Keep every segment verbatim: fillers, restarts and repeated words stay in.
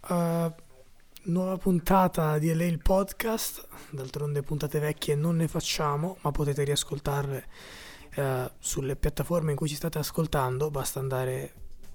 uh, nuova puntata di L A il podcast. D'altronde puntate vecchie non ne facciamo, ma potete riascoltarle uh, sulle piattaforme in cui ci state ascoltando. Basta andare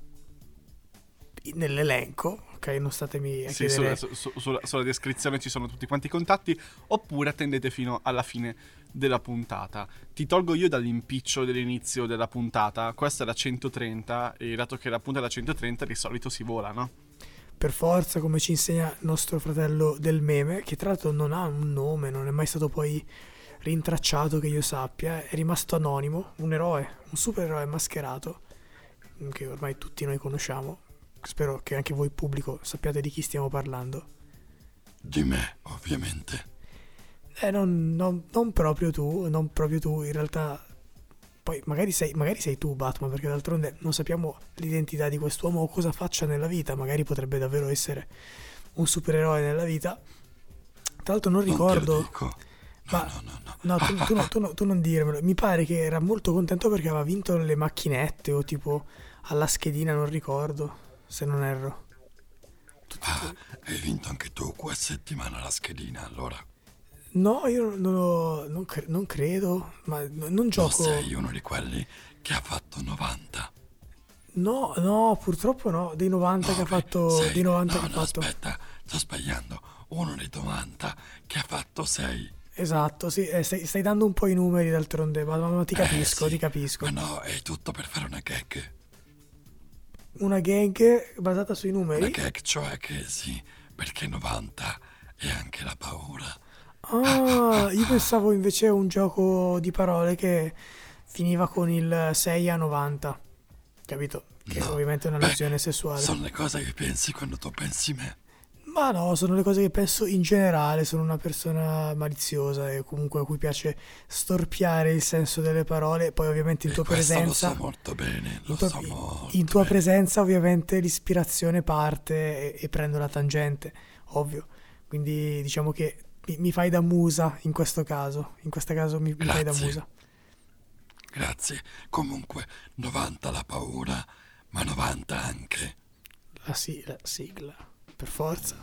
nell'elenco, ok? Non statemi a sì, chiedere... sulla, su, sulla, sulla descrizione ci sono tutti quanti i contatti, oppure attendete fino alla fine della puntata. Ti tolgo io dall'impiccio dell'inizio della puntata. Questa è la centotrenta e dato che la punta è la centotrenta di solito si vola, no? Per forza, come ci insegna nostro fratello del meme, che tra l'altro non ha un nome, non è mai stato poi rintracciato che io sappia, è rimasto anonimo, un eroe, un supereroe mascherato che ormai tutti noi conosciamo. Spero che anche voi pubblico sappiate di chi stiamo parlando. Di me, ovviamente. Eh, non, non, non proprio tu, non proprio tu, in realtà. Poi magari sei, magari sei tu Batman, perché d'altronde non sappiamo l'identità di quest'uomo o cosa faccia nella vita. Magari potrebbe davvero essere un supereroe nella vita. Tra l'altro non ricordo. Non te lo dico. No, ma, no, no, no. no tu, tu, tu, tu, tu non dirmelo. Mi pare che era molto contento perché aveva vinto le macchinette o tipo alla schedina, non ricordo, se non erro. Ah, hai vinto anche tu questa settimana la schedina, allora? No, io non, ho, non, cre- non credo, ma n- non gioco. Non sei uno di quelli che ha fatto novanta. No, no, purtroppo no, dei novanta no, che ha fatto... sei... Dei novanta no, che no, ha fatto... aspetta, sto sbagliando. Uno dei novanta che ha fatto sei. Esatto, sì, eh, stai, stai dando un po' i numeri d'altronde, ma, ma ti capisco, eh, sì. ti capisco. Ma no, è tutto per fare una gag. Una gag basata sui numeri? Una gag, cioè che sì, perché novanta è anche la paura. Ah, io pensavo invece a un gioco di parole che finiva con il sei a novanta, capito? Che no, ovviamente è un'allusione sessuale. Sono le cose che pensi quando tu pensi me. Ma no, sono le cose che penso in generale. Sono una persona maliziosa e comunque a cui piace storpiare il senso delle parole. Poi ovviamente in e tua presenza lo so molto bene, lo in tua, so molto in tua bene. presenza ovviamente l'ispirazione parte e, e prendo la tangente, ovvio. Quindi diciamo che mi, mi fai da musa in questo caso. In questo caso mi, mi fai da musa. Grazie. Comunque novanta la paura, ma novanta anche La, sì, la sigla. Per forza.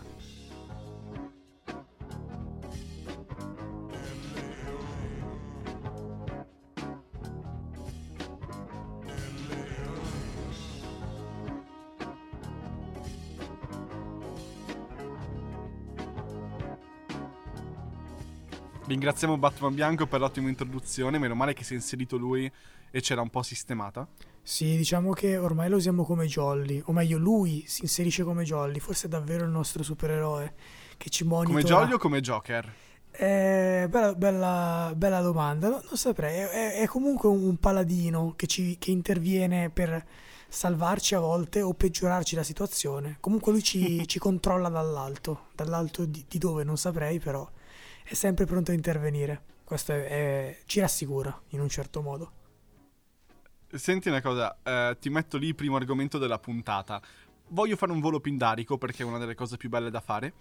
Ringraziamo Batman Bianco per l'ottima introduzione. Meno male che si è inserito lui e c'era un po' sistemata. Sì, diciamo che ormai lo usiamo come Jolly, o meglio lui si inserisce come Jolly, forse è davvero il nostro supereroe che ci monitora. Come Jolly o come Joker? Eh, bella, bella, bella domanda, no, non saprei, è, è comunque un paladino che, ci, che interviene per salvarci a volte o peggiorarci la situazione. Comunque lui ci, ci controlla dall'alto, dall'alto di, di dove non saprei, però è sempre pronto a intervenire. Questo è, è, ci rassicura in un certo modo. Senti una cosa, eh, ti metto lì il primo argomento della puntata. Voglio fare un volo pindarico perché è una delle cose più belle da fare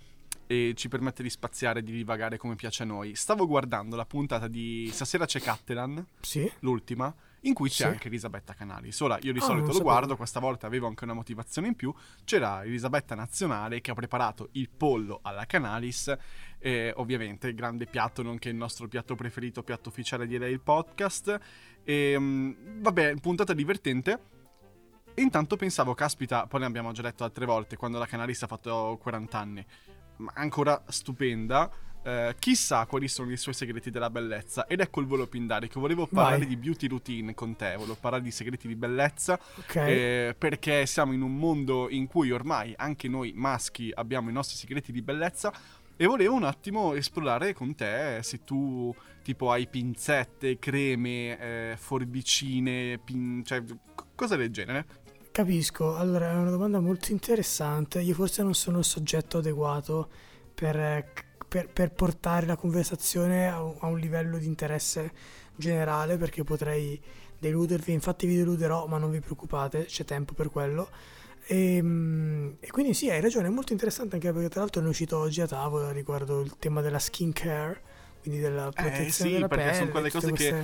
e ci permette di spaziare e di divagare come piace a noi. Stavo guardando la puntata di Stasera c'è Cattelan, sì, l'ultima, in cui c'è sì. anche Elisabetta Canalis. Ora, io di Ah, solito non lo sapevo. guardo, questa volta avevo anche una motivazione in più. C'era Elisabetta Nazionale che ha preparato il pollo alla Canalis, e ovviamente il grande piatto, nonché il nostro piatto preferito, piatto ufficiale di L A il podcast. E um, vabbè, puntata divertente. E intanto pensavo, caspita, poi ne abbiamo già detto altre volte, quando la Canalis ha fatto quaranta anni, ma ancora stupenda. Uh, chissà quali sono i suoi segreti della bellezza. Ed ecco il volo pindarico. Volevo parlare Vai. di beauty routine con te. Volevo parlare di segreti di bellezza, Ok. eh, perché siamo in un mondo in cui ormai anche noi maschi abbiamo i nostri segreti di bellezza. E volevo un attimo esplorare con te se tu tipo hai pinzette, creme, eh, forbicine, pin... cioè c- cose del genere. Capisco, allora è una domanda molto interessante. Io forse non sono il soggetto adeguato per, per, per portare la conversazione a un, a un livello di interesse generale, perché potrei deludervi, infatti vi deluderò, ma non vi preoccupate, c'è tempo per quello. E, e quindi sì, hai ragione, è molto interessante, anche perché tra l'altro ne è uscito oggi a tavola riguardo il tema della skin care, quindi della protezione Eh sì, della perché pelle, sono quelle tutte cose che queste...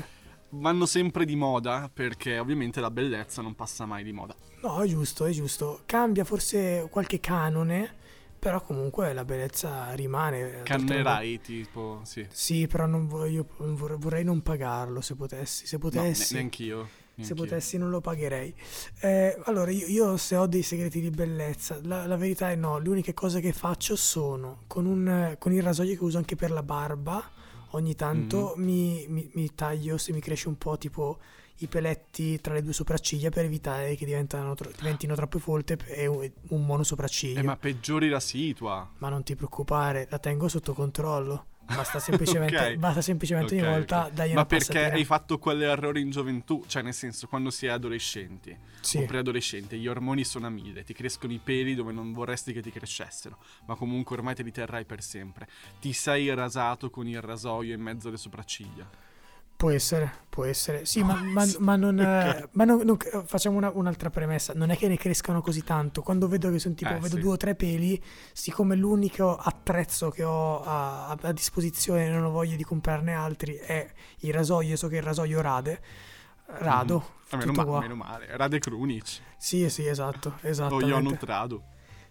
vanno sempre di moda, perché ovviamente la bellezza non passa mai di moda. No, è giusto, è giusto. Cambia forse qualche canone, però comunque la bellezza rimane. Cannerai, tipo, sì. Sì, però non voglio, vorrei, vorrei non pagarlo se potessi. Se potessi, no, neanch'io. Se potessi non lo pagherei. Eh, allora, io, io se ho dei segreti di bellezza, la, la verità è no. Le uniche cose che faccio sono con, un, con il rasoio che uso anche per la barba. Ogni tanto mm. mi, mi, mi taglio se mi cresce un po' tipo i peletti tra le due sopracciglia per evitare che diventano, diventino troppe folte e un monosopracciglio. Eh, ma peggiori la situa. Ma non ti preoccupare, la tengo sotto controllo. Basta semplicemente, okay. basta semplicemente okay, ogni volta okay. dargli Ma una perché passatina. hai fatto quell'errore in gioventù? Cioè, nel senso, quando si è adolescenti sì. o preadolescenti, gli ormoni sono a mille, ti crescono i peli dove non vorresti che ti crescessero, ma comunque ormai te li terrai per sempre. Ti sei rasato con il rasoio in mezzo alle sopracciglia. Può essere, può essere. Sì, ma, ma, ma non... Okay. Ma non, non facciamo una, un'altra premessa. Non è che ne crescano così tanto. Quando vedo che sono tipo, eh, vedo sì. due o tre peli, siccome l'unico attrezzo che ho a, a, a disposizione, non ho voglia di comprarne altri, è il rasoio. Io so che il rasoio rade. Rado. Mm. Meno, ma, meno male. Rade Krunic. Sì, sì, esatto. O Jonut Radu.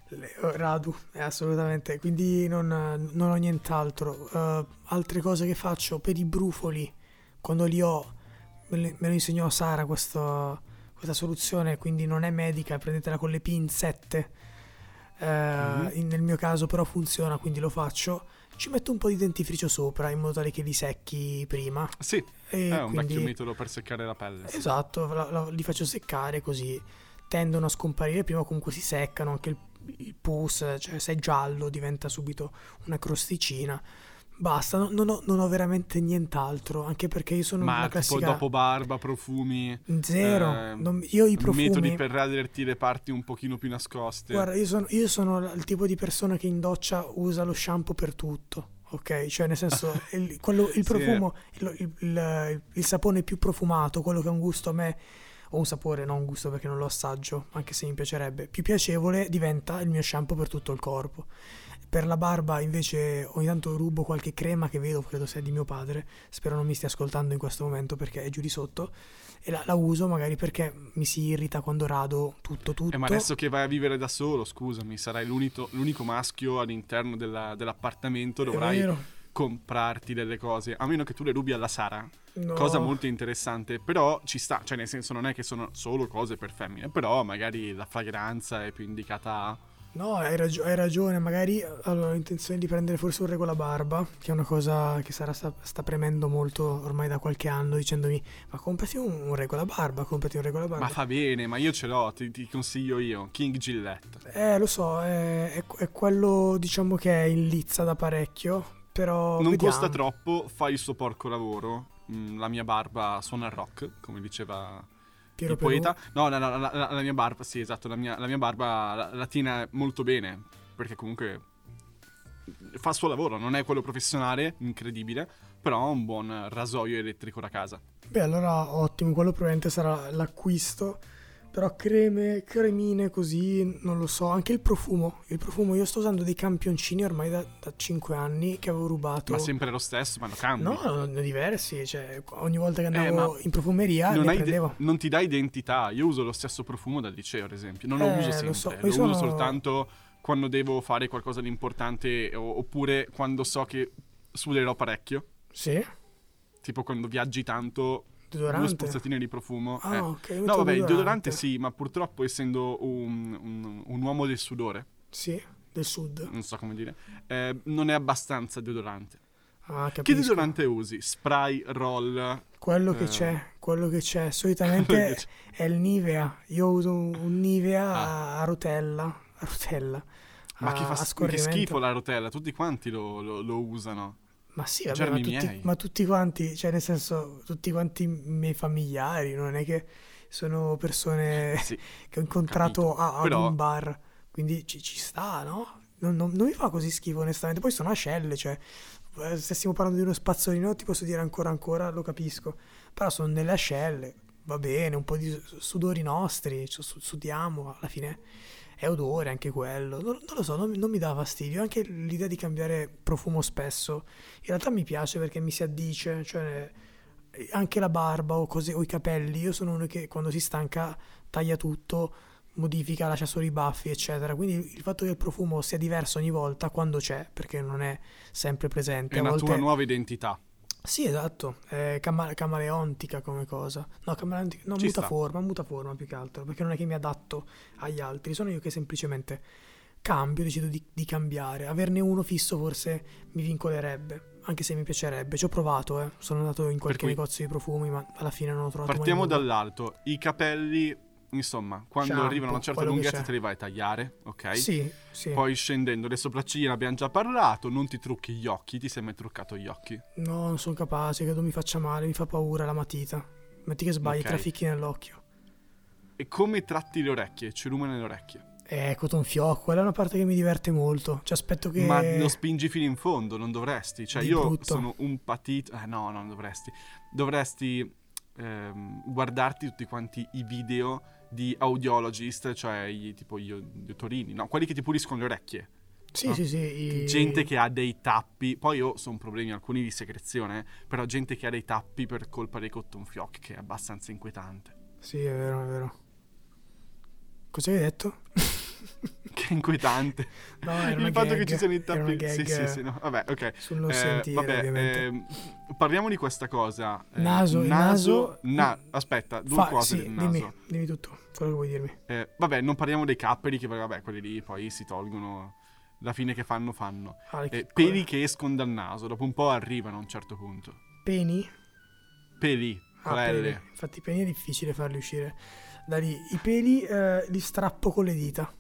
Radu, eh, assolutamente. Quindi non, non ho nient'altro. Uh, altre cose che faccio per i brufoli. Quando li ho, me lo insegnò Sara questo, questa soluzione, quindi non è medica, prendetela con le pinzette, eh, mm-hmm. in, nel mio caso però funziona, quindi lo faccio. Ci metto un po' di dentifricio sopra in modo tale che li secchi prima. Sì, e è un quindi, vecchio metodo per seccare la pelle. Esatto, la, la, li faccio seccare così tendono a scomparire prima, comunque si seccano, anche il, il pus, cioè se è giallo diventa subito una crosticina. Basta, non, non, ho, non ho veramente nient'altro, anche perché io sono Ma una classica... Ma dopo barba, profumi... Zero, eh, non, io i profumi... Metodi per raderti le parti un pochino più nascoste. Guarda, io sono, io sono il tipo di persona che in doccia usa lo shampoo per tutto, ok? Cioè nel senso, il, quello, il profumo, sì. il, il, il, il sapone più profumato, quello che ha un gusto a me... o un sapore, non un gusto perché non lo assaggio, anche se mi piacerebbe, più piacevole diventa il mio shampoo per tutto il corpo. Per la barba invece ogni tanto rubo qualche crema che vedo, credo sia di mio padre, spero non mi stia ascoltando in questo momento perché è giù di sotto, e la, la uso magari perché mi si irrita quando rado tutto tutto. Eh, ma adesso che vai a vivere da solo, scusami, sarai l'unico, l'unico maschio all'interno della, dell'appartamento, dovrai comprarti delle cose, a meno che tu le rubi alla Sara. No. Cosa molto interessante, però ci sta, cioè nel senso non è che sono solo cose per femmine, però magari la fragranza è più indicata a... No, hai, ragio- hai ragione, magari allora, ho intenzione di prendere forse un regolabarba, che è una cosa che Sara sta, sta premendo molto ormai da qualche anno, dicendomi ma comprati un, un regolabarba, comprati un regolabarba. Ma fa bene, ma io ce l'ho, ti, ti consiglio io, King Gillette. Eh, lo so, è, è, è quello diciamo che è in lizza da parecchio, però non vediamo. Costa troppo, fa il suo porco lavoro, mm, la mia barba suona il rock, come diceva... Piero il poeta. No, la, la, la, la mia barba, sì, esatto, la mia, la mia barba la, la tiene molto bene, perché comunque fa il suo lavoro, non è quello professionale, incredibile, però ha un buon rasoio elettrico da casa. Beh, allora ottimo, quello probabilmente sarà l'acquisto, però creme, cremine così, non lo so, anche il profumo, il profumo, io sto usando dei campioncini ormai da, da cinque anni che avevo rubato. Ma sempre lo stesso, ma lo cambi? No, no, diversi, cioè ogni volta che andavo eh, in profumeria ne prendevo. De- non ti dà identità, io uso lo stesso profumo dal liceo ad esempio, non lo eh, uso sempre, lo, so. lo uso sono... soltanto quando devo fare qualcosa di importante o- oppure quando so che suderò parecchio. Sì? Tipo quando viaggi tanto... Deodorante? Due spruzzatine di profumo. Ah, eh. ok. No, vabbè, il deodorante sì, ma purtroppo essendo un, un, un uomo del sudore. Sì, del sud. Non so come dire. Eh, non è abbastanza deodorante. Ah, capisco. Che deodorante usi? Spray, roll? Quello eh, che c'è, quello che c'è. Solitamente che c'è. È il Nivea. Io uso un, un Nivea ah. a rotella. A rotella. Ma a, che, fa, che schifo la rotella. Tutti quanti lo, lo, lo usano. Ma sì, vabbè, ma tutti, ma tutti quanti, cioè nel senso, tutti quanti i miei familiari, non è che sono persone sì, che ho incontrato a, ad Però... un bar, quindi ci, ci sta, no? Non, non, non mi fa così schifo onestamente, poi sono ascelle, cioè se stiamo parlando di uno spazzolino ti posso dire ancora ancora, lo capisco, però sono nelle ascelle, va bene, un po' di sudori nostri, sudiamo, alla fine... è odore anche quello, non, non lo so, non, non mi dà fastidio, anche l'idea di cambiare profumo spesso in realtà mi piace perché mi si addice, cioè anche la barba o, cose, o i capelli, io sono uno che quando si stanca taglia tutto, modifica, lascia solo i baffi, eccetera. Quindi il fatto che il profumo sia diverso ogni volta quando c'è, perché non è sempre presente. È a una volte... tua nuova identità. Sì, esatto, è cama- camaleontica come cosa. No, camaleontica, no, Ci muta sta. forma, muta forma più che altro, perché non è che mi adatto agli altri, sono io che semplicemente cambio, decido di, di cambiare. Averne uno fisso forse mi vincolerebbe, anche se mi piacerebbe. Ci ho provato, eh. Sono andato in qualche cui- negozio di profumi, ma alla fine non ho trovato Partiamo mai nulla. dall'alto. I capelli, insomma, quando Shampoo, arrivano a una certa quello che lunghezza c'è. te li vai a tagliare, ok? Sì, sì. Poi scendendo, le sopracciglia ne abbiamo già parlato, non ti trucchi gli occhi, ti sei mai truccato gli occhi? No, non sono capace, credo mi faccia male, mi fa paura la matita. Metti che sbagli, Ok. trafficchi nell'occhio. E come tratti le orecchie? Cerume nelle orecchie. Eh, cotton fioc, quella è una parte che mi diverte molto. Cioè, aspetto che... Ma lo spingi fino in fondo, non dovresti. Cioè, Di io brutto. sono un patito. Eh, no, non dovresti. Dovresti ehm, guardarti tutti quanti i video di audiologist, cioè i, tipo gli otorini, no, quelli che ti puliscono le orecchie. Sì, no? sì, sì. i- Gente che ha dei tappi. Poi io sono problemi alcuni di secrezione, eh, però gente che ha dei tappi per colpa dei cotton fioc, che è abbastanza inquietante. Sì, è vero, è vero. Cosa hai detto? Che inquietante. No, era una Il fatto gag, che ci siano i era una tappi. Sì, gag sì, sì, no. Vabbè, ok. sul non Eh, sentire, vabbè, ovviamente. ehm, parliamo di questa cosa. Eh, Naso, il naso, naso- na- aspetta, due Fa- cose sì, del dimmi, naso. dimmi tutto, quello che vuoi dirmi. Eh, vabbè, non parliamo dei capperi, che vabbè, quelli lì poi si tolgono. La fine che fanno, fanno. Ah, le Eh, chi- peli che escono dal naso, dopo un po' arrivano a un certo punto. Peni? Peli, con Ah, la peli. L. Infatti i peni è difficile farli uscire da lì. I peli eh, li strappo con le dita.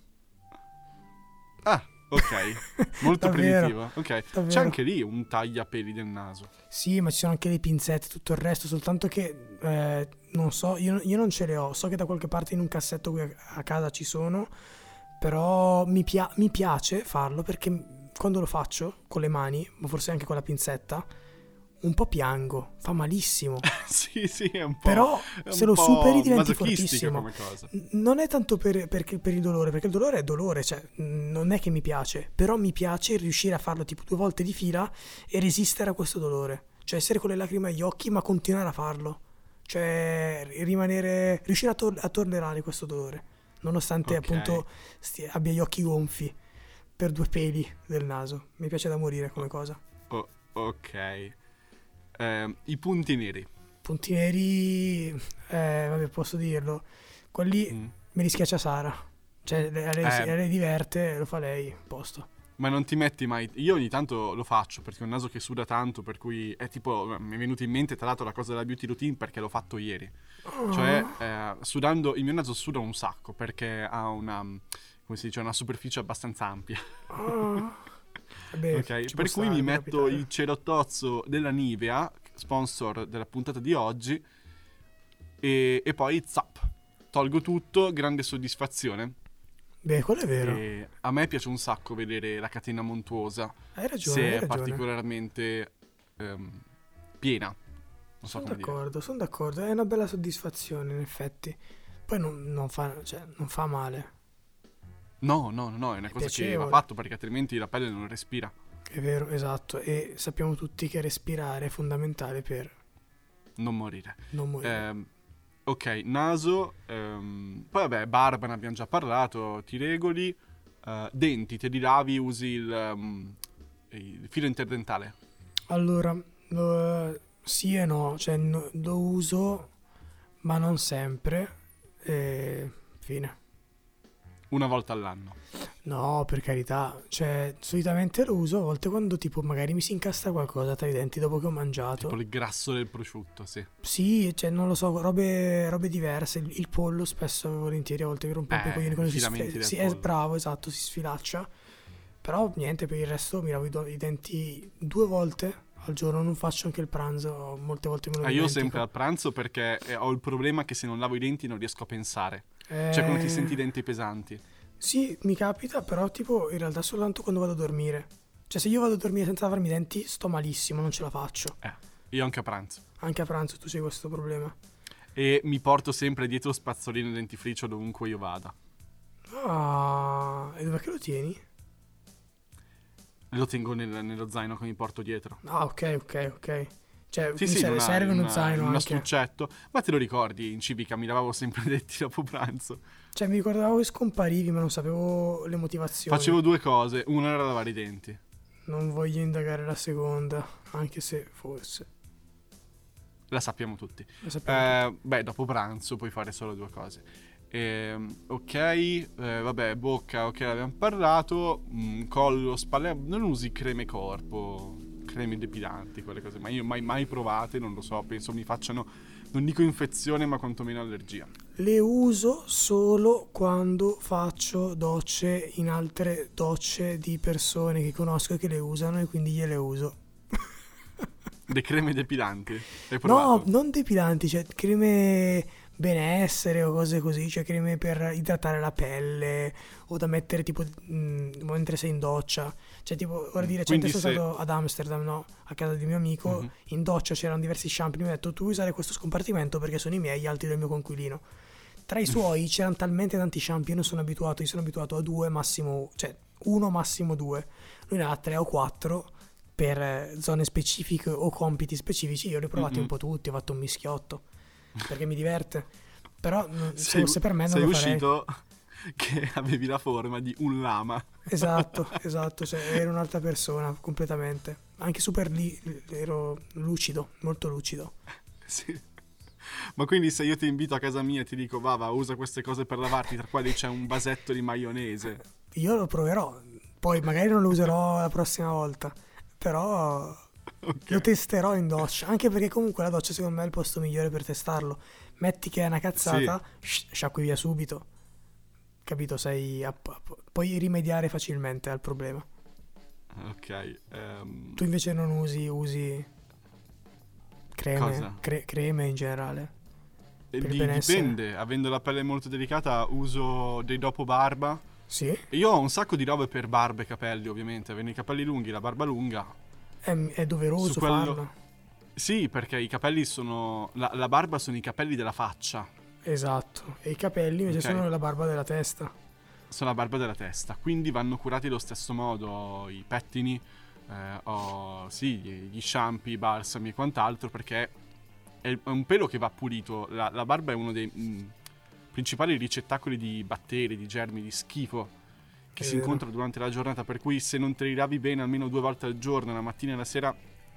Ah, ok. Molto Davvero, primitivo. Ok. davvero. C'è anche lì un tagliapeli del naso. Sì, ma ci sono anche le pinzette e tutto il resto, soltanto che eh, non so, io, io non ce le ho, so che da qualche parte in un cassetto qui a, a casa ci sono, però mi, pia- mi piace farlo perché quando lo faccio con le mani, ma forse anche con la pinzetta, un po' piango, fa malissimo. Sì, sì, è un po'. Però è un se lo po' superi diventi masochistica fortissimo. come cosa. N- Non è tanto per, perché- per il dolore, perché il dolore è dolore, cioè mh, non è che mi piace, però mi piace riuscire a farlo tipo due volte di fila e resistere a questo dolore, cioè essere con le lacrime agli occhi ma continuare a farlo, cioè rimanere, riuscire a, to- a tollerare questo dolore, nonostante Ok. appunto stia- abbia gli occhi gonfi per due peli del naso. Mi piace da morire come cosa. Oh, ok. Eh, I punti neri. Punti neri, eh, vabbè, posso dirlo, quelli Mm. me li schiaccia Sara, cioè a lei, Eh. a lei diverte, lo fa lei, posto. Ma non ti metti mai. Io ogni tanto lo faccio perché ho un naso che suda tanto. Per cui è tipo. Mi è venuto in mente, tra l'altro, la cosa della beauty routine perché l'ho fatto ieri. Cioè, eh, sudando. Il mio naso suda un sacco perché ha una. Come si dice? Una superficie abbastanza ampia. Ah. Vabbè, Ok, ci per può cui stare, mi può metto capitare. il cerottozzo della Nivea, sponsor della puntata di oggi, e, e poi zap, tolgo tutto, grande soddisfazione. Beh, quello è vero, E a me piace un sacco vedere la catena montuosa, hai ragione, se hai è ragione. particolarmente ehm, piena. Non so Sono come dire. d'accordo, sono d'accordo, è una bella soddisfazione in effetti. Poi non, non fa, cioè, non fa male, No, no, no, no, è una È cosa che piacevole. va fatto perché altrimenti la pelle non respira. è vero, esatto, e sappiamo tutti che respirare è fondamentale per Non morire. non morire. Ehm, ok, naso, ehm, poi vabbè, barba ne abbiamo già parlato, ti regoli, eh, denti, te li lavi, usi il, ehm, il filo interdentale. Allora, lo- sì e no, cioè no- lo uso, ma non sempre, e fine. Una volta all'anno. No, per carità, cioè solitamente lo uso a volte quando tipo magari mi si incastra qualcosa tra i denti dopo che ho mangiato. Tipo il grasso del prosciutto, sì. Sì, cioè non lo so, robe, robe diverse. Il, il pollo spesso, volentieri, a volte mi rompe un po' i Eh, coglioni quando si filamenti sfila. del Sì, è pollo. bravo, esatto, si sfilaccia. Però niente, per il resto mi lavo i, do- i denti due volte al giorno, non faccio anche il pranzo, molte volte me lo Ah, io dimentico. sempre al pranzo perché eh, ho il problema che se non lavo i denti non riesco a pensare. Eh, Cioè quando ti senti i denti pesanti. Sì, mi capita, però tipo in realtà soltanto quando vado a dormire. Cioè se io vado a dormire senza lavarmi i denti sto malissimo, non ce la faccio. Eh, io anche a pranzo. Anche a pranzo tu c'hai questo problema. E mi porto sempre dietro spazzolino e dentifricio dovunque io vada. Ah, e dov'è che lo tieni? Lo tengo nel- nello zaino che mi porto dietro. Ah, ok, ok, ok. Cioè, Sì, mi sì, serve, in una- serve in un una- zaino in un anche. astuccetto. Ma te lo ricordi, in civica mi lavavo sempre i denti dopo pranzo. Cioè, mi ricordavo che scomparivi, ma non sapevo le motivazioni. Facevo due cose, una era lavare i denti. Non voglio indagare la seconda, anche se forse. La sappiamo tutti. Lo sappiamo Eh, beh, dopo pranzo puoi fare solo due cose. Ehm, ok, eh, vabbè, bocca, ok, l'abbiamo parlato. Mm, collo, spalle, non usi creme corpo, creme depilanti, quelle cose. Ma io mai, mai provate, non lo so, penso mi facciano, non dico infezione, ma quantomeno allergia. Le uso solo quando faccio docce in altre docce di persone che conosco e che le usano, e quindi gliele uso. Le creme depilanti, hai No, provato? non depilanti, cioè creme benessere o cose così, cioè creme per idratare la pelle o da mettere tipo mh, mentre sei in doccia. Cioè tipo, ora di recente Quindi sono se- stato ad Amsterdam, no? A casa di mio amico, Mhm. in doccia c'erano diversi shampoo, mi ha detto tu usare questo scompartimento perché sono i miei, gli altri del mio coinquilino. Tra i suoi c'erano talmente tanti shampoo, io non sono abituato, io sono abituato a due massimo, cioè uno massimo due. Lui ne ha tre o quattro per eh, zone specifiche o compiti specifici. Io li ho provati Mm-mm. un po' tutti, ho fatto un mischiotto perché mi diverte. Però mm, se Sei, fosse per me non sei lo farei. uscito che avevi la forma di un lama. Esatto, esatto, cioè ero un'altra persona completamente. Anche super lì ero lucido, molto lucido. Sì. Ma quindi se io ti invito a casa mia e ti dico va va usa queste cose per lavarti, tra quali c'è un vasetto di maionese, Io lo proverò, poi magari non lo userò la prossima volta, però ok. lo testerò in doccia, anche perché comunque la doccia secondo me è il posto migliore per testarlo. Metti che è una cazzata, sh- sciacqui via subito. Capito? Sei a- a- puoi rimediare facilmente al problema. Ok, ehm, Tu invece non usi, usi creme, Cosa? cre- creme in generale. e per il di- benessere. dipende, avendo la pelle molto delicata uso dei dopo barba. Sì, E io ho un sacco di robe per barba e capelli, ovviamente, avendo i capelli lunghi, la barba lunga. è, è doveroso Su quello- farlo. Sì, perché i capelli sono la, la barba sono i capelli della faccia, Esatto. E i capelli invece Ok. sono la barba della testa. sono la barba della testa, quindi vanno curati allo stesso modo. Ho i pettini, eh, ho sì, gli gli shampoo, i balsami e quant'altro, perché è è un pelo che va pulito. La, la barba è uno dei mh, principali ricettacoli di batteri, di germi, di schifo che È si vero. incontra durante la giornata, per cui se non te li lavi bene almeno due volte al giorno, la mattina e la sera,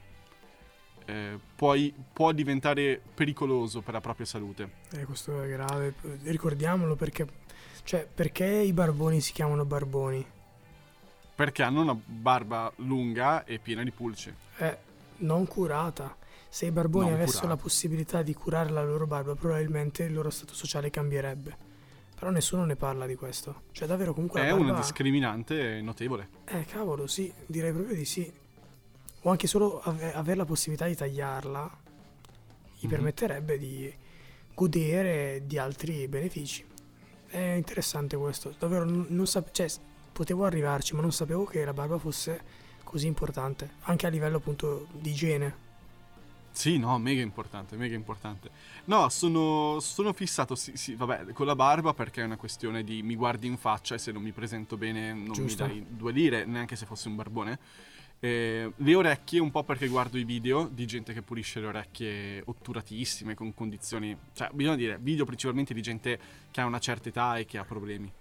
eh, puoi, può diventare pericoloso per la propria salute. E questo è grave. Ricordiamolo perché, cioè, perché i barboni si chiamano barboni? Perché hanno una barba lunga e piena di pulci. È non curata. Se i barboni Non avessero curata. la possibilità di curare la loro barba, probabilmente il loro stato sociale cambierebbe. Però nessuno ne parla di questo. Cioè, davvero, comunque È la barba... una discriminante notevole. Eh, cavolo, sì, direi proprio di sì. O anche solo ave- avere la possibilità di tagliarla gli Mhm. permetterebbe di godere di altri benefici. È interessante questo. Davvero, non, non sap- cioè, s- potevo arrivarci, ma non sapevo che la barba fosse così importante. Anche a livello appunto di igiene. Sì, no, mega importante, mega importante. No, sono, sono fissato, sì, sì, vabbè, con la barba perché è una questione di mi guardi in faccia e se non mi presento bene non Giusto. mi dai due lire, neanche se fossi un barbone. Eh, le orecchie un po' perché guardo i video di gente che pulisce le orecchie otturatissime, con condizioni... Cioè, bisogna dire, video principalmente di gente che ha una certa età e che ha problemi.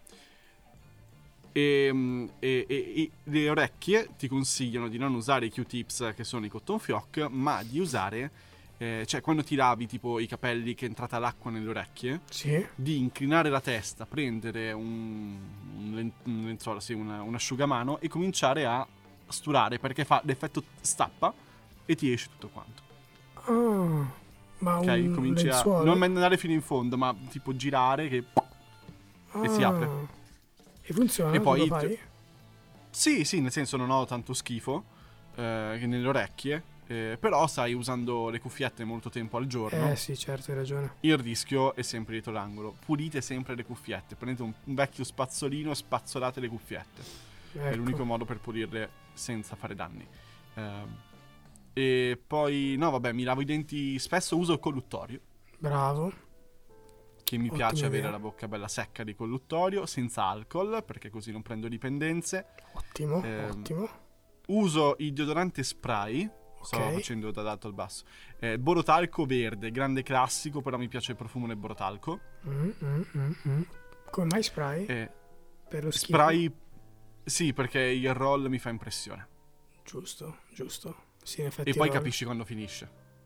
E, e- e- e le orecchie ti consigliano di non usare i Q-tips che sono i cotton fioc, ma di usare, eh, cioè quando ti lavi tipo i capelli che è entrata l'acqua nelle orecchie, Sì. di inclinare la testa, prendere un, un, len- un lenzuolo, sì, una- un asciugamano e cominciare a sturare perché fa l'effetto stappa e ti esce tutto quanto. Ah, ma Ok, un cominci a lenzuolo? non andare fino in fondo, ma tipo girare che e si apre. Ah. E funziona? E Tu poi lo te- fai? Sì, sì, nel senso non ho tanto schifo eh, che nelle orecchie, eh, però sai, usando le cuffiette molto tempo al giorno, Eh sì, certo, hai ragione. il rischio è sempre dietro l'angolo. Pulite sempre le cuffiette, prendete un, un vecchio spazzolino e spazzolate le cuffiette. È Ecco. l'unico modo per pulirle senza fare danni. Ehm, e poi, no, vabbè, mi lavo i denti spesso, uso il colluttorio, Bravo. che mi Ottima piace avere idea. la bocca bella secca di colluttorio, senza alcol, perché così non prendo dipendenze. Ottimo, Ehm, ottimo. Uso il deodorante spray, Stavo Ok. facendo dall'alto al basso. Eh, borotalco verde, grande classico, però mi piace il profumo del borotalco. Mm, mm, mm, mm. Come mai spray? Eh, Per lo schifo? spray, sì, perché il roll mi fa impressione. Giusto, giusto. Sì, in effetti E poi il roll- capisci quando finisce.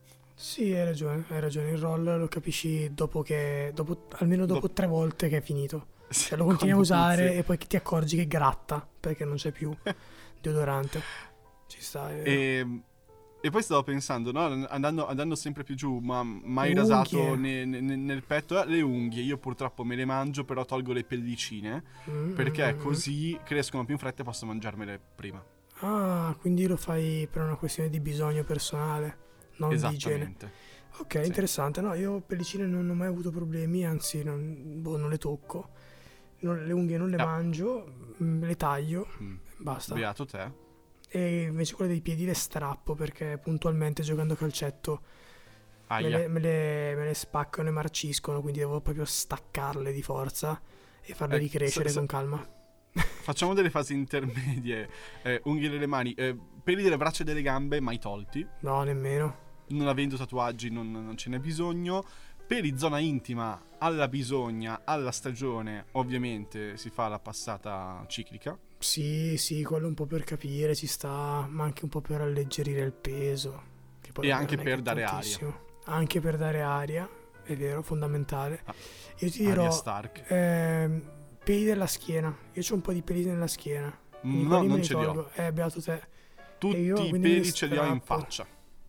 Sì, hai ragione, hai ragione. Il roll lo capisci dopo che... Dopo, almeno dopo Dop- tre volte che è finito. Sì, Cioè lo continui a quando usare inizi- e poi ti accorgi che gratta perché non c'è più deodorante. Ci sta, è vero. E, e poi stavo pensando, no, andando, andando sempre più giù, ma mai Le rasato unghie. ne- ne- nel petto, eh, le unghie. Io purtroppo me le mangio, però tolgo le pellicine, Mm, perché mm, mm. così crescono più in fretta e posso mangiarmele prima. Ah, quindi lo fai per una questione di bisogno personale, non di igiene. Esattamente. Ok, Sì. interessante. No, io pellicine non ho mai avuto problemi, anzi non, boh, non le tocco. Non- le unghie non le Ah. mangio, mm, le taglio, Mm. basta. Beato te. E invece quelle dei piedi le strappo perché puntualmente giocando a calcetto me Aia. le, me le- me le spaccano e marciscono, quindi devo proprio staccarle di forza e farle Eh, ricrescere se- se- con calma. Facciamo delle fasi intermedie. Eh, unghie delle mani, eh, peli delle braccia e delle gambe mai tolti. No, nemmeno. Non avendo tatuaggi non, non ce n'è bisogno. Peli zona intima, alla bisogna, alla stagione, ovviamente si fa la passata ciclica. Sì, sì, quello un po' per capire, ci sta, ma anche un po' per alleggerire il peso. Che poi E vabbè, anche non è per che dare tantissimo. Anche per dare aria, è vero, fondamentale. Ah, Io ti Arya dirò, Stark. ehm, peli della schiena. Io ho un po' di peli nella schiena. quindi No, quelli me non li ce li ho. tolgo. Eh, beato te. Tutti e io i quindi me li peli ce li ho in strappo. faccia.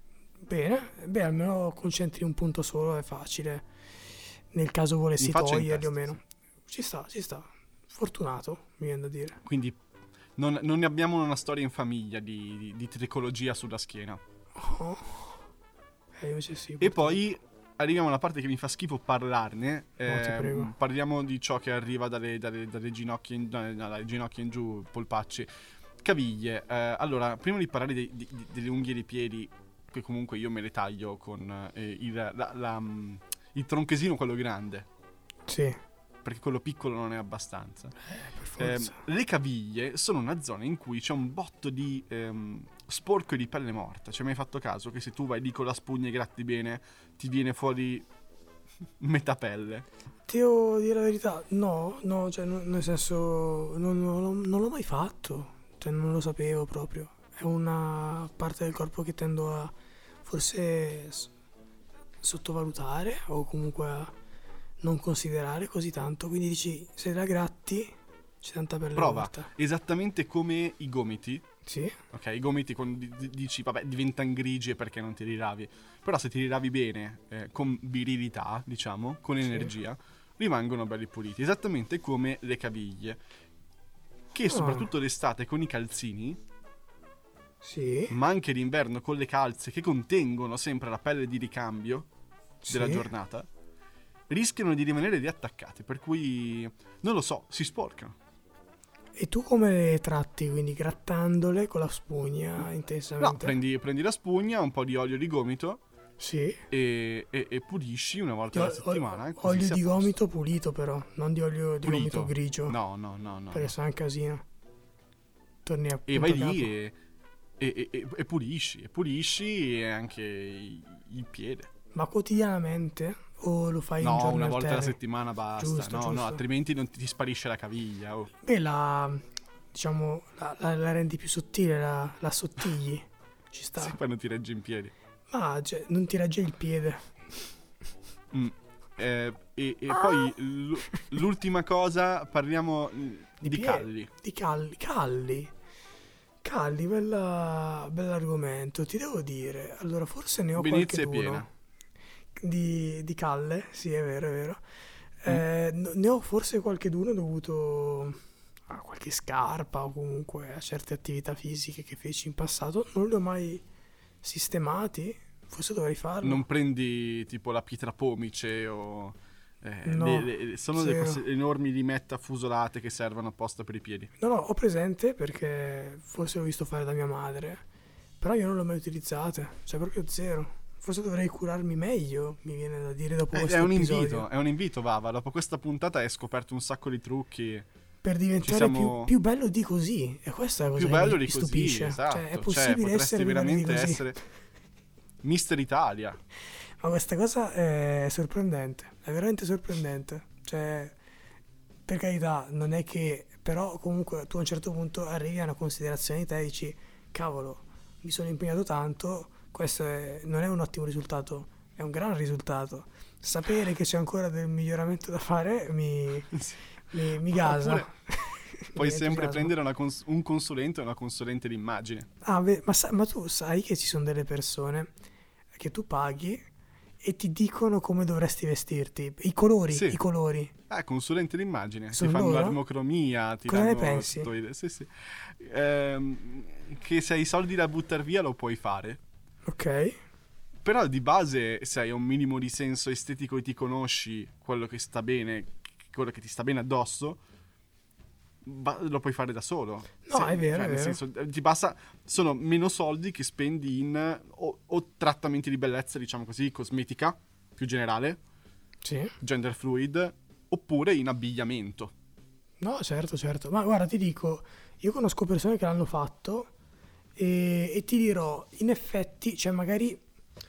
Bene, beh, almeno concentri un punto solo, è facile. Nel caso volessi In faccia e in toglierli o testa, meno. Ci sta, ci sta. Fortunato, mi viene da dire. Quindi non, non ne abbiamo una storia in famiglia di, di, di tricologia sulla schiena. Oh. Eh, invece sì. E poi arriviamo alla parte che mi fa schifo parlarne. ti Eh, prego. parliamo di ciò che arriva dalle, dalle- dalle ginocchia in, no, dalle ginocchia in giù, polpacci, caviglie. Eh, allora, prima di parlare dei- di- di- delle unghie dei piedi, che comunque io me le taglio con eh, il, la- la- mm, il tronchesino, quello grande, Sì, perché quello piccolo non è abbastanza. per Eh, forza. le caviglie sono una zona in cui c'è un botto di ehm, sporco e di pelle morta. Ci hai mai fatto caso che se tu vai lì con la spugna e gratti bene, ti viene fuori metà pelle? Ti devo dire la verità, no, no, cioè, no- nel senso, non, non l'ho- non l'ho mai fatto, cioè, non lo sapevo proprio. È una parte del corpo che tendo a forse s- sottovalutare o comunque a non considerare così tanto. Quindi dici, se la gratti, c'è tanta pelle Prova, morta. esattamente come i gomiti. Sì, Ok, i gomiti quando di- di- dici, vabbè, diventano grigi perché non ti rilavi. Però se ti rilavi bene, eh, con virilità, diciamo, con Sì. energia, rimangono belli puliti. Esattamente come le caviglie. Che Ah. soprattutto d'estate con i calzini, sì, ma anche d'inverno con le calze che contengono sempre la pelle di ricambio della sì. giornata, rischiano di rimanere riattaccate. Per cui, non lo so, si sporcano. E tu come le tratti? Quindi grattandole con la spugna No, intensamente? prendi, prendi la spugna, un po' di olio di gomito Sì. e, e- e pulisci una volta Io- alla settimana. o- così olio sei a di posto. gomito pulito però, non di olio di Pulito? gomito grigio. No, no, no, no. Perché no. sa un casino. Torni a E punto vai capo. lì e, e- e- e- e pulisci, e pulisci e anche i- il piede. Ma quotidianamente? O lo fai un No, giorno una volta alla alterni? settimana basta. Giusto, no, no, giusto. altrimenti non ti, ti sparisce la caviglia. Oh. Beh, la... diciamo, la, la- la rendi più sottile, la, la sottigli. Ci sta. Se poi non ti regge in piedi. Ma cioè, non ti regge il piede. Mm. Eh, e, e poi l- l'ultima cosa, parliamo mm, di, piedi. calli. Di calli. Calli. Calli, bella, bell'argomento. Ti devo dire. Allora, forse ne ho Venezia è qualcheduno. piena. Di, di calle, sì, è vero, è vero. Mm. Eh, no- ne ho forse qualcheduno dovuto a qualche scarpa o comunque a certe attività fisiche che feci in passato. Non li ho mai sistemati. Forse dovrei farlo. Non prendi tipo la pietra pomice o... eh, No, le- le- sono delle zero. cose enormi limetta fusolate che servono apposta per i piedi. No, no, ho presente perché forse l'ho visto fare da mia madre, però io non l'ho mai utilizzate, cioè proprio zero. Forse dovrei curarmi meglio, mi viene da dire dopo Eh, questo è un episodio. invito, è un invito, Vava. Dopo questa puntata hai scoperto un sacco di trucchi. per diventare siamo- più, più bello di così. E questa è la cosa Più che bello mi, di mi così, stupisce. esatto. Cioè, è Cioè, possibile potresti essere più belli di veramente così. essere Mister Italia. Ma questa cosa è sorprendente, è veramente sorprendente. Cioè, per carità, non è che... Però comunque tu a un certo punto arrivi a una considerazione di te e dici, cavolo, mi sono impegnato tanto, questo è- non è un ottimo risultato, è un gran risultato. Sapere che c'è ancora del miglioramento da fare mi, mi, mi gasa. Oppure puoi Mi sempre entusiasma. prendere una cons- un consulente o una consulente d'immagine. Ah, beh, ma, sa- ma tu sai che ci sono delle persone che tu paghi e ti dicono come dovresti vestirti, i colori, Sì. i colori. Eh, consulente d'immagine, ti Sono fanno loro? l'armocromia, ti Cosa ne danno pensi? tutto il- Sì, sì. Ehm, che se hai i soldi da buttare via lo puoi fare. Ok? Però di base, se hai un minimo di senso estetico e ti conosci quello che sta bene, quello che ti sta bene addosso, ba- lo puoi fare da solo. No, Se- è vero, cioè, è nel vero. senso, eh, ti basta, sono meno soldi che spendi in eh, o, o trattamenti di bellezza, diciamo così, cosmetica, più generale, Sì. gender fluid, oppure in abbigliamento. No, certo, certo. Ma guarda, ti dico, io conosco persone che l'hanno fatto e, e ti dirò, in effetti, cioè magari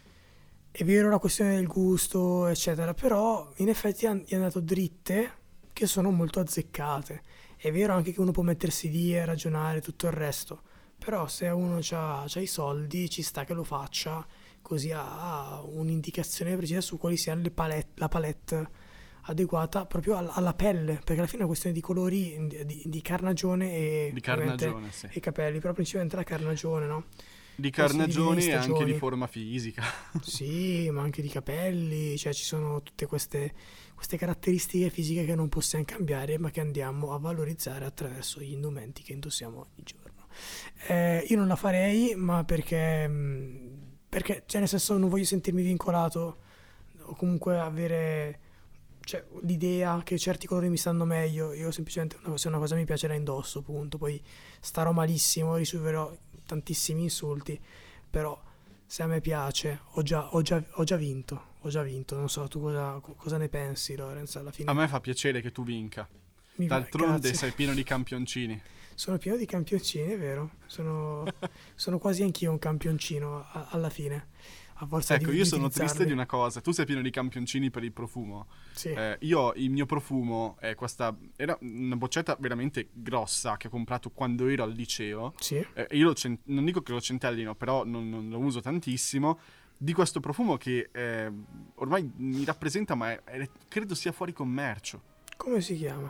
è vero la questione del gusto, eccetera, però in effetti han- gli hanno dato dritte che sono molto azzeccate. È vero anche che uno può mettersi lì e ragionare tutto il resto, però se uno ha i soldi ci sta che lo faccia, così ha un'indicazione precisa su quali siano le palette, la palette adeguata proprio alla, alla pelle, perché alla fine è una questione di colori, di, di- di carnagione e, Di ovviamente, carnagione, sì. e capelli, però principalmente la carnagione, no? Di Poi si divide in carnagione e anche di stagioni. forma fisica. Sì, ma anche di capelli, cioè ci sono tutte queste, queste caratteristiche fisiche che non possiamo cambiare, ma che andiamo a valorizzare attraverso gli indumenti che indossiamo ogni giorno. Eh, io non la farei, ma perché, mh, perché, cioè nel senso non voglio sentirmi vincolato o comunque avere, cioè, l'idea che certi colori mi stanno meglio. Io semplicemente una- se una cosa mi piace la indosso, punto. Poi starò malissimo, riceverò tantissimi insulti, però se a me piace, ho già, ho già, ho già vinto, ho già vinto. Non so, tu cosa, cosa ne pensi, Lorenz, alla fine? A me fa piacere che tu vinca. Mi va- D'altronde grazie. sei pieno di campioncini. Sono pieno di campioncini, è vero. Sono, sono quasi anch'io un campioncino a- alla fine. A forza Ecco, di io sono utilizzarli. triste di una cosa. Tu sei pieno di campioncini per il profumo. Sì. Eh, io, il mio profumo è questa... Era una boccetta veramente grossa che ho comprato quando ero al liceo. Sì. Eh, io lo cen- non dico che lo centellino, però non, non lo uso tantissimo. Di questo profumo che eh, ormai mi rappresenta, ma è- è- credo sia fuori commercio. Come si chiama?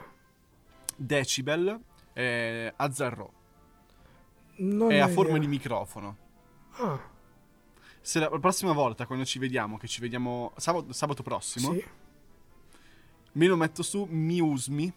Decibel eh, Azzarro. Non È ho a forma idea. di microfono. Ah, Se la, la prossima volta, quando ci vediamo, che ci vediamo sabato, sabato prossimo, sì. me lo metto su, mi usmi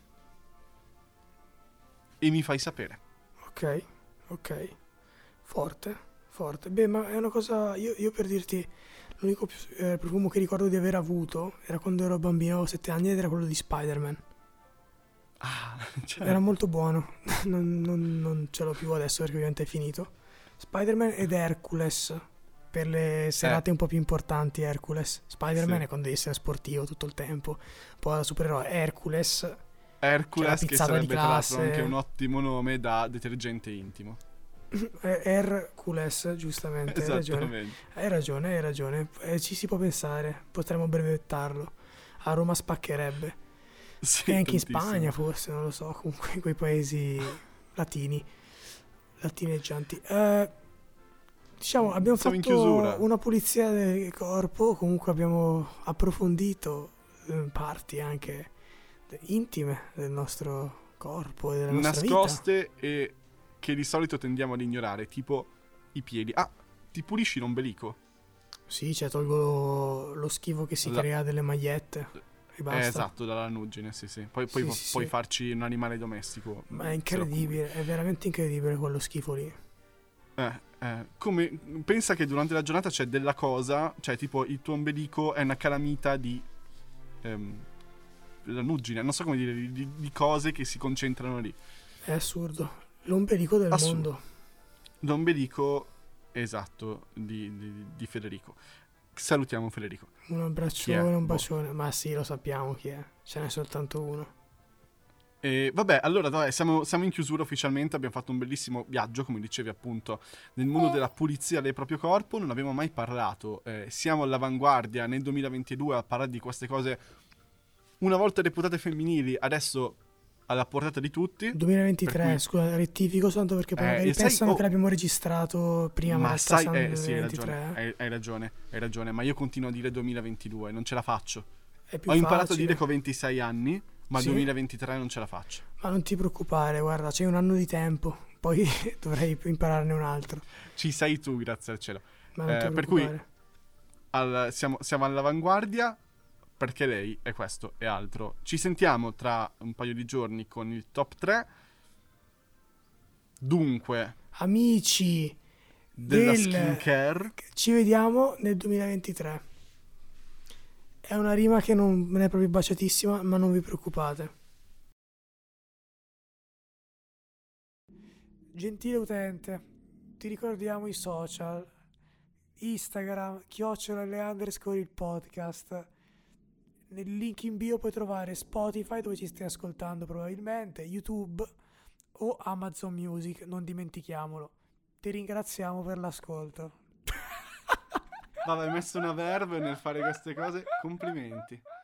e mi fai sapere. Ok, ok. Forte, forte. Beh, ma è una cosa... Io, io per dirti, l'unico eh, profumo che ricordo di aver avuto era quando ero bambino, avevo sette anni, ed era quello di Spider-Man. Ah, cioè, Era molto buono. non, non- non ce l'ho più adesso perché ovviamente è finito. Spider-Man ed Hercules. Per le serate un po' più importanti, Hercules. Spider-Man Sì. è quando devi essere sportivo tutto il tempo. Poi la supereroe Hercules. C'è la Hercules, che pizzata di sarebbe tra l'altro classe. anche un ottimo nome da detergente intimo. eh, Hercules, giustamente. Hai ragione. Esattamente. Hai ragione, hai ragione. Eh, ci si può pensare. Potremmo brevettarlo. A Roma spaccherebbe. Sì, E anche in tantissimo. Spagna, forse, non lo so. Comunque in quei paesi latini. Latineggianti. Eh, diciamo, abbiamo Siamo in fatto chiusura. una pulizia del corpo. Comunque abbiamo approfondito eh, parti anche de- intime del nostro corpo e della nostra vita. Nascoste e che di solito tendiamo ad ignorare, tipo i piedi. Ah, ti pulisci l'ombelico? Sì, cioè tolgo lo, lo schifo che si La- crea delle magliette. E basta. Eh, esatto, dalla lanuggine, sì, sì. Poi, poi Sì, pu- sì, puoi sì. farci un animale domestico. Ma è se lo incredibile, è veramente incredibile quello schifo lì. Eh, eh, come pensa che durante la giornata c'è della cosa, cioè tipo il tuo ombelico è una calamita di ehm, lanuggine, non so come dire, di, di cose che si concentrano lì. È assurdo. L'ombelico del Assurdo. mondo. L'ombelico esatto di, di- di Federico. Salutiamo Federico. Un Chi abbraccione, è? un Boh. bacione. Ma sì, lo sappiamo chi è. Ce n'è soltanto uno. E vabbè, allora dai, siamo, siamo in chiusura ufficialmente, abbiamo fatto un bellissimo viaggio, come dicevi appunto, nel mondo della pulizia del proprio corpo, non abbiamo mai parlato, eh, siamo all'avanguardia nel duemilaventidue a parlare di queste cose una volta reputate femminili, adesso alla portata di tutti. duemilaventitré, cui... scusa, rettifico soltanto perché poi eh, magari sai, pensano oh, che l'abbiamo registrato prima, ma, ma sai, siamo nel eh, sì, hai duemilaventitré. ragione, hai, hai ragione, hai ragione, ma io continuo a dire duemilaventidue, non ce la faccio. È più Ho imparato facile. a dire che ho ventisei anni, ma Sì? duemilaventitré non ce la faccio. Ma non ti preoccupare, guarda, c'è un anno di tempo, poi dovrei impararne un altro. Ci sei tu, grazie al cielo. Ma non Eh, ti per cui preoccupare. al, siamo, siamo all'avanguardia perché lei è questo e altro. Ci sentiamo tra un paio di giorni con il top tre. Dunque, Amici della del... skincare. ci vediamo nel duemilaventitré. È una rima che non, non è proprio baciatissima, ma non vi preoccupate. Gentile utente, ti ricordiamo i social: Instagram, chiocciola le underscore il podcast. Nel link in bio puoi trovare Spotify, dove ci stai ascoltando probabilmente, YouTube o Amazon Music, non dimentichiamolo. Ti ringraziamo per l'ascolto. Vabbè, hai messo una verve nel fare queste cose. Complimenti.